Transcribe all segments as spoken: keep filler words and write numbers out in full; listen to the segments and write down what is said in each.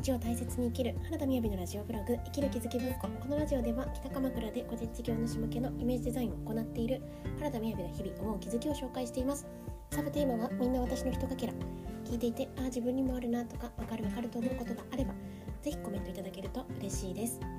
日を大切に生きる原田みやびのラジオブログ生きる気づき文庫。このラジオでは北鎌倉で個人事業主向けのイメージデザインを行っている原田みやびが日々思う気づきを紹介しています。サブテーマはみんな私のひとかけら。聞いていてああ自分にもあるなとかわかるわかると思うことがあればぜひコメントいただけると嬉しいです。はい、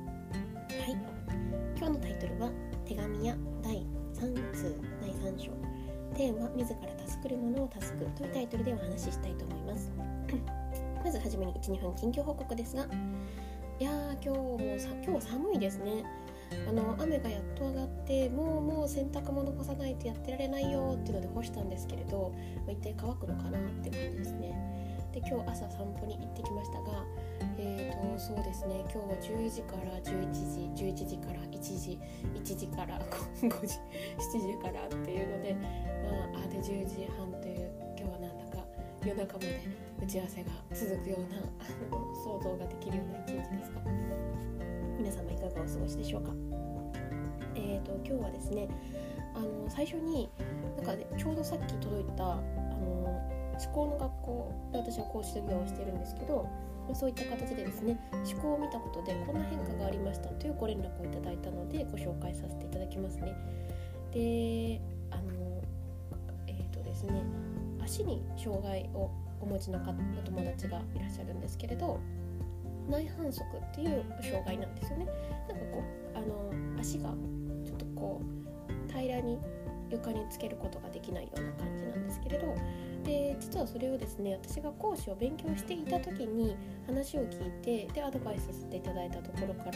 今日のタイトルは手紙やだいさんつうだいさん章、テーマ自ら助くるものを助くというタイトルでお話ししたいと思いますまずはじめに いちにふん近況報告ですが、いやー今日もさ今日寒いですね。あの雨がやっと上がってもうもう洗濯物干さないとやってられないよっていうので干したんですけれど、まあ、一体乾くのかなっていう感じですね。で今日朝散歩に行ってきましたが、えーとそうですね、今日はじゅうじからじゅういちじ、じゅういちじからいちじ、いちじからごじ、しちじからっていうので、まあ、あでじゅうじはんという今日はなんだか夜中まで打ち合わせが続くような想像ができるような一日ですが、皆様いかがお過ごしでしょうか。えーと今日はですね、あの最初になんか、ね、ちょうどさっき届いたあの思考の学校で私は講師業をしているんですけど、そういった形でですね、思考を見たことでこんな変化がありましたというご連絡をいただいたのでご紹介させていただきますね。で、あのえーとですね足に障害をお持ちのお友達がいらっしゃるんですけれど、内反足っていう障害なんですよね。なんかこうあの足がちょっとこう平らに床につけることができないような感じなんですけれど、で実はそれをですね、私が講師を勉強していた時に話を聞いてでアドバイスさせていただいたところから、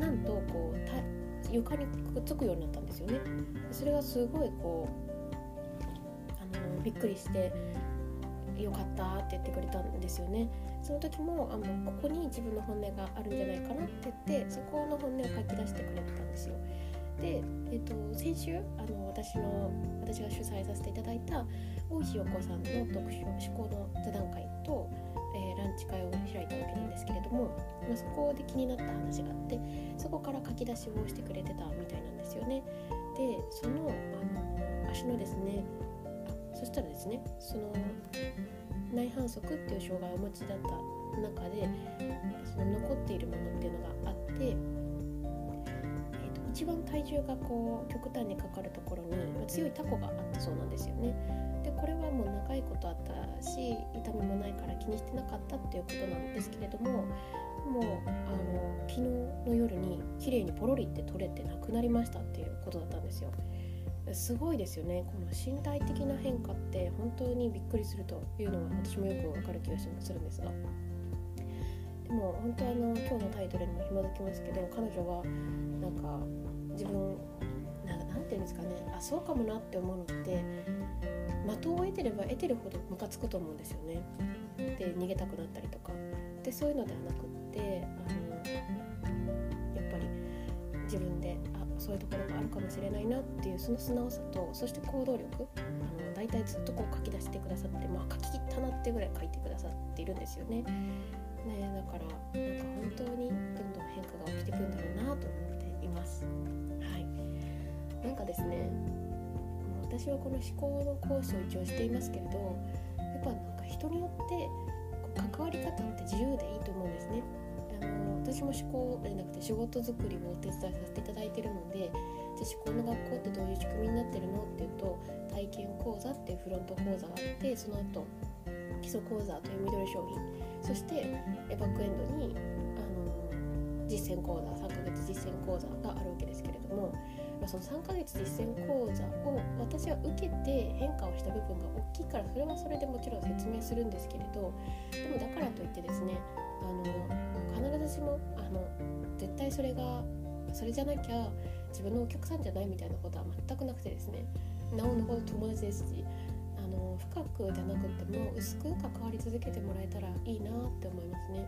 なんとこう床にくっつくようになったんですよね。それがすごいこうあのびっくりしてよかったって言ってくれたんですよね。その時もあのここに自分の本音があるんじゃないかなって言って、そこの本音を書き出してくれてたんですよ。で、えっと、先週あの私の私が主催させていただいた大石陽子さんの読書思考の座談会と、えー、ランチ会を開いたわけなんですけれども、まあ、そこで気になった話があって、そこから書き出しをしてくれてたみたいなんですよね。で、その、あの足のですねあそしたらですね、その内反足っていう障害をお持ちだった中でその残っているものっていうのがあって、えー、と一番体重がこう極端にかかるところに、まあ、強いタコがあったそうなんですよね。でこれはもう長いことあったし痛みもないから気にしてなかったっていうことなんですけれども、もうあの昨日の夜に綺麗にポロリって取れてなくなりましたっていうことだったんですよ。すごいですよね。この身体的な変化って本当にびっくりするというのは私もよくわかる気がするんですが、でも本当あの今日のタイトルにも紐づきますけど、彼女はなんか自分な、なんていうんですかね、あそうかもなって思うのって、的を得てれば得てるほどムカつくと思うんですよね。で逃げたくなったりとかで、そういうのではなくってあのやっぱり自分であそういうところがあるかもしれないなっていうその素直さと、そして行動力、あのだいたいずっとこう書き出してくださって、まあ書き切ったなってぐらい書いてくださっているんですよね。ね、だからなんか本当にどんどん変化が起きてくるんだろうなと思っています。はい。なんかですね、私はこの思考の講師を一応していますけれど、やっぱなんか人によって関わり方って自由でいいと思うんですね。あの私も思考じゃなくて仕事作りをお手伝いさせていただいているので、じゃあ思考の学校ってどういう仕組みになってるのっていうと、体験講座っていうフロント講座があって、その後基礎講座というミドル商品、そしてバックエンドにあの実践講座、さんかげつ実践講座があるわけですけれども、そのさんかげつ実践講座を私は受けて変化をした部分が大きいから、それはそれでもちろん説明するんですけれど、でもだからといってですね、あの必ずしもあの絶対それがそれじゃなきゃ自分のお客さんじゃないみたいなことは全くなくてですね、なおのほど友達ですし、あの深くじゃなくても薄く関わり続けてもらえたらいいなって思いますね。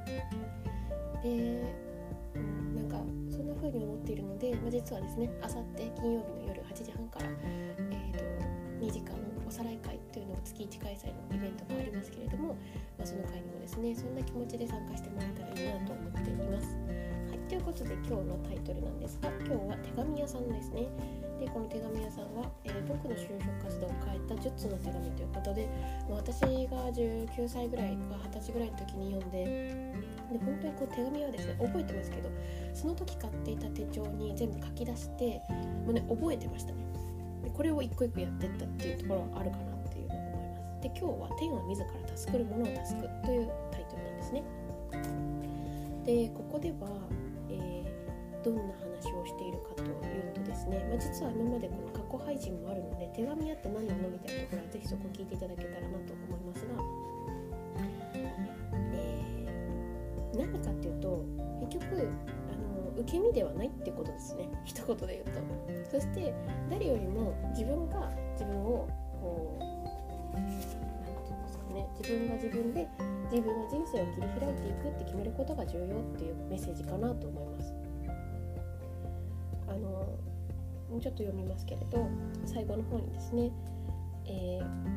で、うん、なんかそんな風に思っているので、まあ、実はですね、あさって金曜日の夜はちじはんから、えー、とにじかんおさらい会というのが月いち開催のイベントがありますけれども、まあ、その会にもですね、そんな気持ちで参加してもらえたらいいなと思っています。はい、ということで今日のタイトルなんですが、今日は手紙屋さんですね。 でこの手紙屋さんは、えー、僕の就職活動を変えたじゅっつの手紙ということで、まあ、私がじゅうきゅうさいぐらいかはたちぐらいの時に読んで、で本当にこう手紙はですね覚えてますけど、その時買っていた手帳に全部書き出してもうね覚えてましたね。でこれを一個一個やってったっていうところはあるかなっていうのを思います。で今日は天は自ら助くるものを助くというタイトルなんですね。でここでは、えー、どんな話をしているかというとですね、まあ、実は今までこの過去配信もあるので、手紙屋って何なのみたいなところはぜひそこ聞いていただけたらなと思いますが、えー、何かっていうと結局あの受け身ではないってことですね、一言で言うと。そして誰よりも自分が自分をこうなんていうんですかね、自分が自分で自分の人生を切り開いていくって決めることが重要っていうメッセージかなと思います。あのちょっと読みますけれど、最後の方にですね、え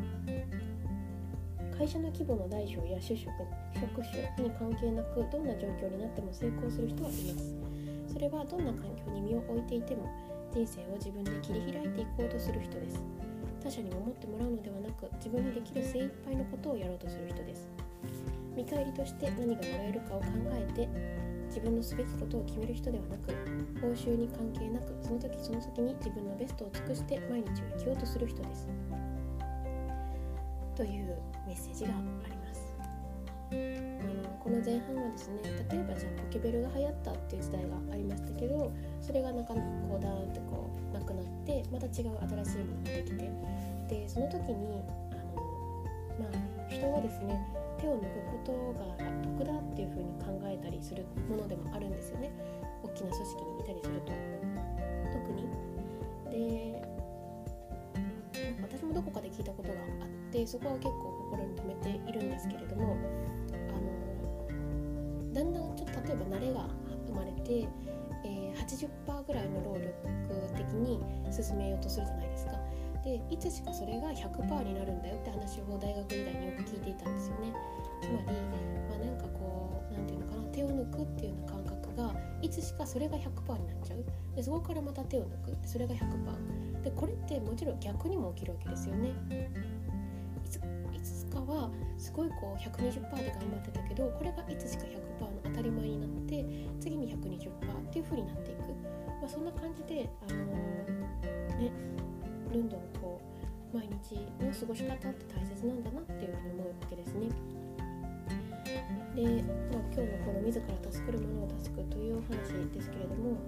ー、会社の規模の大小や種職職種に関係なくどんな状況になっても成功する人はいます。それはどんな環境に身を置いていても人生を自分で切り開いていこうとする人です。他者に守ってもらうのではなく、自分にできる精一杯のことをやろうとする人です。見返りとして何がもらえるかを考えて自分のすべきことを決める人ではなく、報酬に関係なくその時その時に自分のベストを尽くして毎日を生きようとする人です、というメッセージがあります。あのこの前半はですね、例えばじゃあポケベルが流行ったっていう時代がありましたけど、それがなかなかこうダーンってこうなくなってまた違う新しいものができて、でその時にあの、まあ、人はですね手を抜くことが得だっていう風に考えたりするものでもあるんですよね。大きな組織にいたりすると特に。で、私もどこかで聞いたことがあって、そこは結構心に留めているんですけれども、あのだんだんちょっと例えば慣れが生まれて、えー、はちじゅっパーセント ぐらいの労力的に進めようとするじゃないですか。でいつしかそれが ひゃくパーセント になるんだよって話を大学時代によく聞いていたんですよね。つまり、まあ、なんかこうなんていうのかな、手を抜くっていうような感覚がいつしかそれが ひゃくパーセント になっちゃう。でそこからまた手を抜く、それが ひゃくパーセント で、これってもちろん逆にも起きるわけですよね。いつ、いつかはすごいこう ひゃくにじゅっパーセント で頑張ってたけど、これがいつしか ひゃくパーセント の当たり前になって次に ひゃくにじゅっパーセント っていう風になっていく、まあ、そんな感じで、あのー、ねどんどんこう毎日の過ごし方って大切なんだなっていうふうに思うわけですね。で、まあ、今日のこの自ら助くるものを助くというお話ですけれども、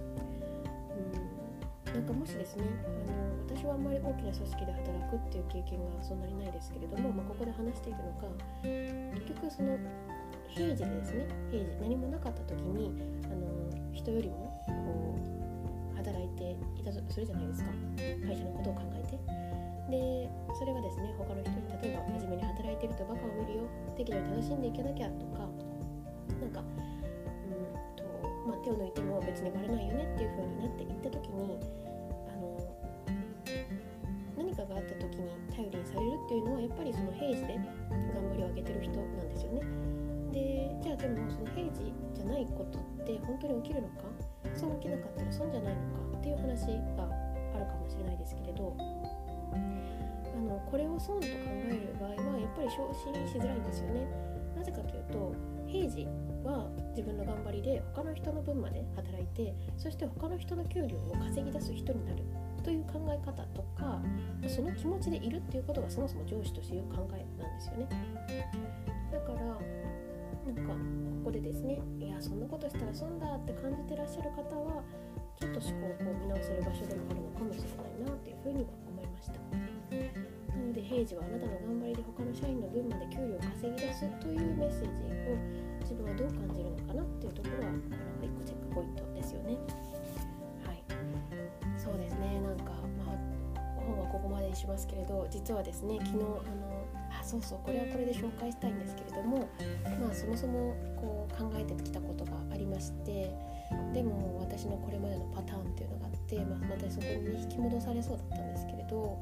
うん、なんかもしですね、あの私はあんまり大きな組織で働くっていう経験がそんなにないですけれども、まあ、ここで話しているのが結局その平時でですね、平時何もなかった時にあの人よりもこう働いていたとするじゃないですか。会社のことを考えて、でそれがですね他の人に例えば真面目に働いてるとバカを見るよ、適度に楽しんでいかなきゃとか、なんかうんと、まあ、手を抜いても別にバレないよねっていう風になっていった時に、あの何かがあった時に頼りにされるっていうのはやっぱりその平時で頑張りを上げてる人なんですよね。でじゃあでもその平時じゃないことって本当に起きるのか、そう起きなかったら損じゃないのかっていう話があるかもしれないですけれど、あのこれを損と考える場合はやっぱり昇進しづらいんですよね。なぜかというと、平時は自分の頑張りで他の人の分まで働いて、そして他の人の給料を稼ぎ出す人になるという考え方とか、その気持ちでいるっていうことがそもそも上司としていう考えなんですよね。だからなんかここでですね、いやそんなことしたら損だって感じてらっしゃる方はちょっと思考をこう見直せる場所でもあるのかもしれないなっていうふうには思いました。なので平時はあなたの頑張りで他の社員の分まで給料を稼ぎ出すというメッセージを自分はどう感じるのかなっていうところはこれが一個チェックポイントですよね。はい、そうですね。なんかまあ本はここまでにしますけれど、実はですね昨日あのあそうそうこれはこれで紹介したいんですけれども、まあそもそもこう考えてきたことがありまして、でも私のこれまでのパターンっていうのがあって、まあ、またそこに引き戻されそうだったんですけれど、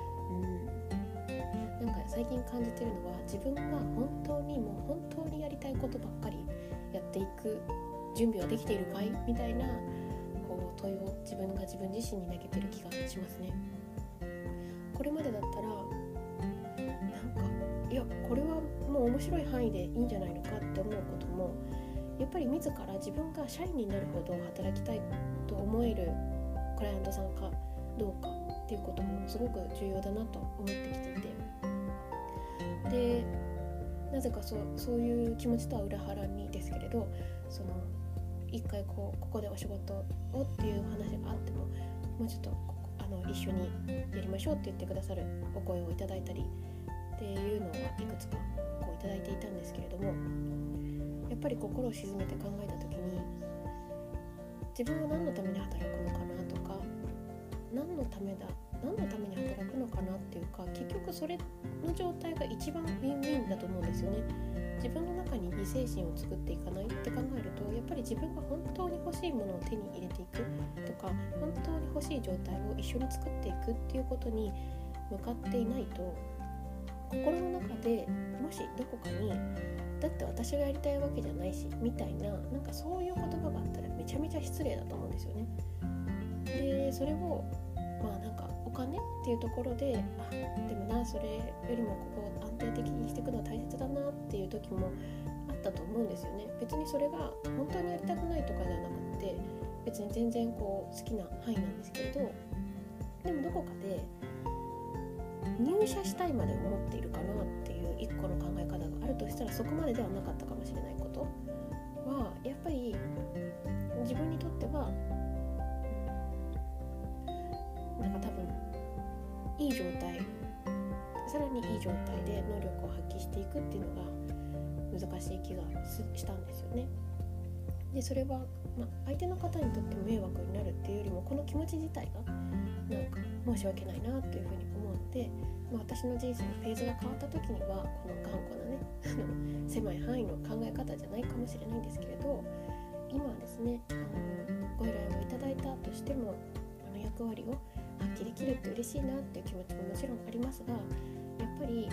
うん、なんか最近感じてるのは、自分が本当にもう本当にやりたいことばっかりやっていく準備はできているかいみたいなこう問いを自分が自分自身に投げてる気がしますね。これまでだったらなんかいやこれはもう面白い範囲でいいんじゃないのかって思うこともやっぱり自ら自分が社員になるほど働きたいと思えるクライアントさんかどうかっていうこともすごく重要だなと思ってきていて、でなぜかそう、そういう気持ちとは裏腹にですけれど、その一回こうここでお仕事をっていう話があってももうちょっとあの一緒にやりましょうって言ってくださるお声をいただいたりっていうのはいくつかこういただいていたんですけれども、やっぱり心を沈めて考えた時に自分は何のために働くのかなとか何のためだ何のために働くのかなっていうか、結局それの状態が一番ウィンウィンだと思うんですよね。自分の中に理性心を作っていかないって考えると、やっぱり自分が本当に欲しいものを手に入れていくとか本当に欲しい状態を一緒に作っていくっていうことに向かっていないと、心の中でもしどこかにだって私がやりたいわけじゃないしみたいな、なんかそういう言葉があったらめちゃめちゃ失礼だと思うんですよね。でそれをまあなんかお金っていうところで、あでもなそれよりもここを安定的にしていくのは大切だなっていう時もあったと思うんですよね。別にそれが本当にやりたくないとかではなくて、別に全然こう好きな範囲なんですけれど、でもどこかで入社したいまで思っているかなっていう一個の考え方があるとしたら、そこまでではなかったかもしれないことはやっぱり自分にとってはなんか多分いい状態、さらにいい状態で能力を発揮していくっていうのが難しい気がしたんですよね。でそれは、まあ、相手の方にとって迷惑になるっていうよりも、この気持ち自体がなんか申し訳ないなっていうふうに思うので、まあ、私の人生のフェーズが変わった時にはこの頑固なねあの狭い範囲の考え方じゃないかもしれないんですけれど、今はですねあのご依頼をいただいたとしてもあの役割を発揮できるって嬉しいなっていう気持ちももちろんありますが、やっぱり、うん、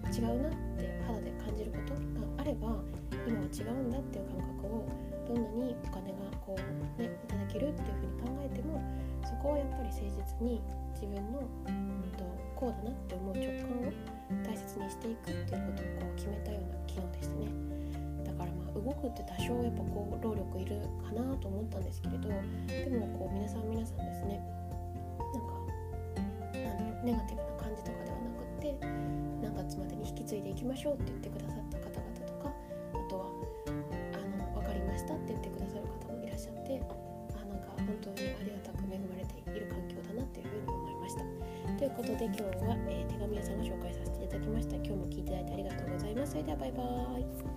違うなって肌で感じることがあれば、今は違うんだっていう感覚をどんなにお金がこう、ね、いただけるっていうふうに考えても、そこはやっぱり誠実に自分の、うんと、こうだなって思う直感を大切にしていくっていうことをこう決めたような昨日でしたね。だからまあ動くって多少やっぱこう労力いるかなと思ったんですけれど、でもこう皆さん皆さんですね、なんかなんだろうネガティブな感じとかではなくって、何月までに引き継いでいきましょうって言ってくださった方々とか、あとはあの分かりましたって言ってくださる方もいらっしゃって、あなんか本当にありがたく恵まれている環境だなっていうふうに思いました。ということで今日は、えー、手紙屋さんを紹介させていただきました。今日も聞いていただいてありがとうございます。それではバイバーイ。